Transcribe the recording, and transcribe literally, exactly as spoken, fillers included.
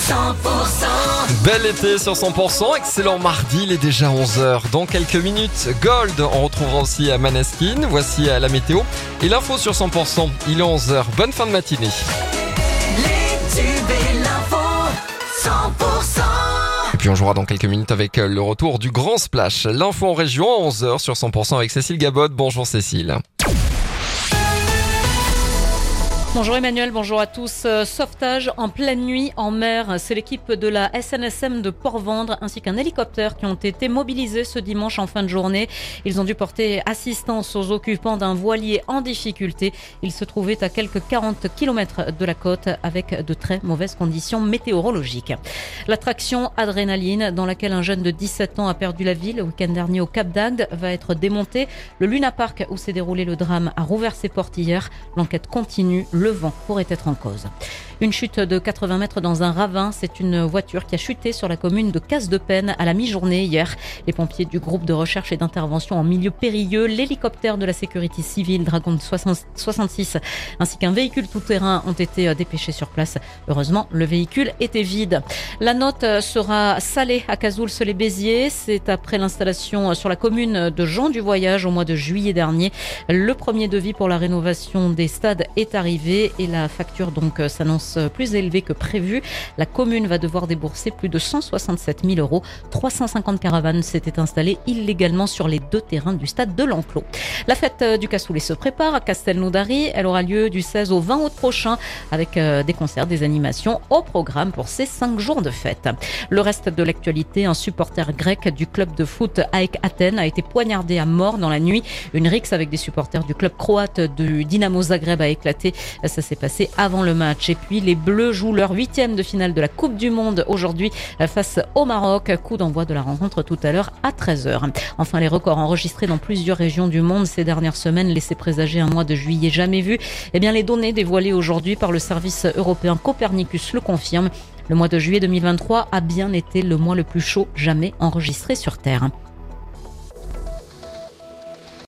cent pour cent. Bel été sur cent pour cent, excellent mardi, il est déjà onze heures. Dans quelques minutes, Gold, on retrouvera aussi à Maneskin. Voici à la météo et l'info sur cent pour cent, il est onze heures. Bonne fin de matinée. Les tubes et l'info, cent pour cent. Et puis on jouera dans quelques minutes avec le retour du Grand Splash. L'info en région à onze heures sur cent pour cent avec Cécile Gabod. Bonjour Cécile. Bonjour Emmanuel, bonjour à tous. Sauvetage en pleine nuit en mer. C'est l'équipe de la S N S M de Port-Vendre ainsi qu'un hélicoptère qui ont été mobilisés ce dimanche en fin de journée. Ils ont dû porter assistance aux occupants d'un voilier en difficulté. Il se trouvait à quelques quarante kilomètres de la côte avec de très mauvaises conditions météorologiques. L'attraction Adrénaline, dans laquelle un jeune de dix-sept ans a perdu la vie le week-end dernier au Cap d'Agde, va être démontée. Le Luna Park où s'est déroulé le drame a rouvert ses portes hier. L'enquête continue. Le vent pourrait être en cause. Une chute de quatre-vingts mètres dans un ravin. C'est une voiture qui a chuté sur la commune de Casse-de-Penne à la mi-journée hier. Les pompiers du groupe de recherche et d'intervention en milieu périlleux, l'hélicoptère de la sécurité civile Dragon soixante-six ainsi qu'un véhicule tout-terrain ont été dépêchés sur place. Heureusement, le véhicule était vide. La note sera salée à Cazouls-les-Béziers. C'est après l'installation sur la commune de Jean du Voyage au mois de juillet dernier. Le premier devis pour la rénovation des stades est arrivé et la facture donc s'annonce plus élevée que prévu. La commune va devoir débourser plus de cent soixante-sept mille euros. trois cent cinquante caravanes s'étaient installées illégalement sur les deux terrains du stade de l'Enclos. La fête du cassoulet se prépare à Castelnaudary. Elle aura lieu du seize au vingt août prochain avec des concerts, des animations au programme pour ces cinq jours de fête. Le reste de l'actualité, un supporter grec du club de foot A E K Athènes a été poignardé à mort dans la nuit. Une rixe avec des supporters du club croate du Dynamo Zagreb a éclaté. Ça s'est passé avant le match. Et puis les Bleus jouent leur huitième de finale de la Coupe du Monde aujourd'hui face au Maroc. Coup d'envoi de la rencontre tout à l'heure à treize heures. Enfin, les records enregistrés dans plusieurs régions du monde ces dernières semaines laissaient présager un mois de juillet jamais vu. Eh bien, les données dévoilées aujourd'hui par le service européen Copernicus le confirment. Le mois de juillet deux mille vingt-trois a bien été le mois le plus chaud jamais enregistré sur Terre.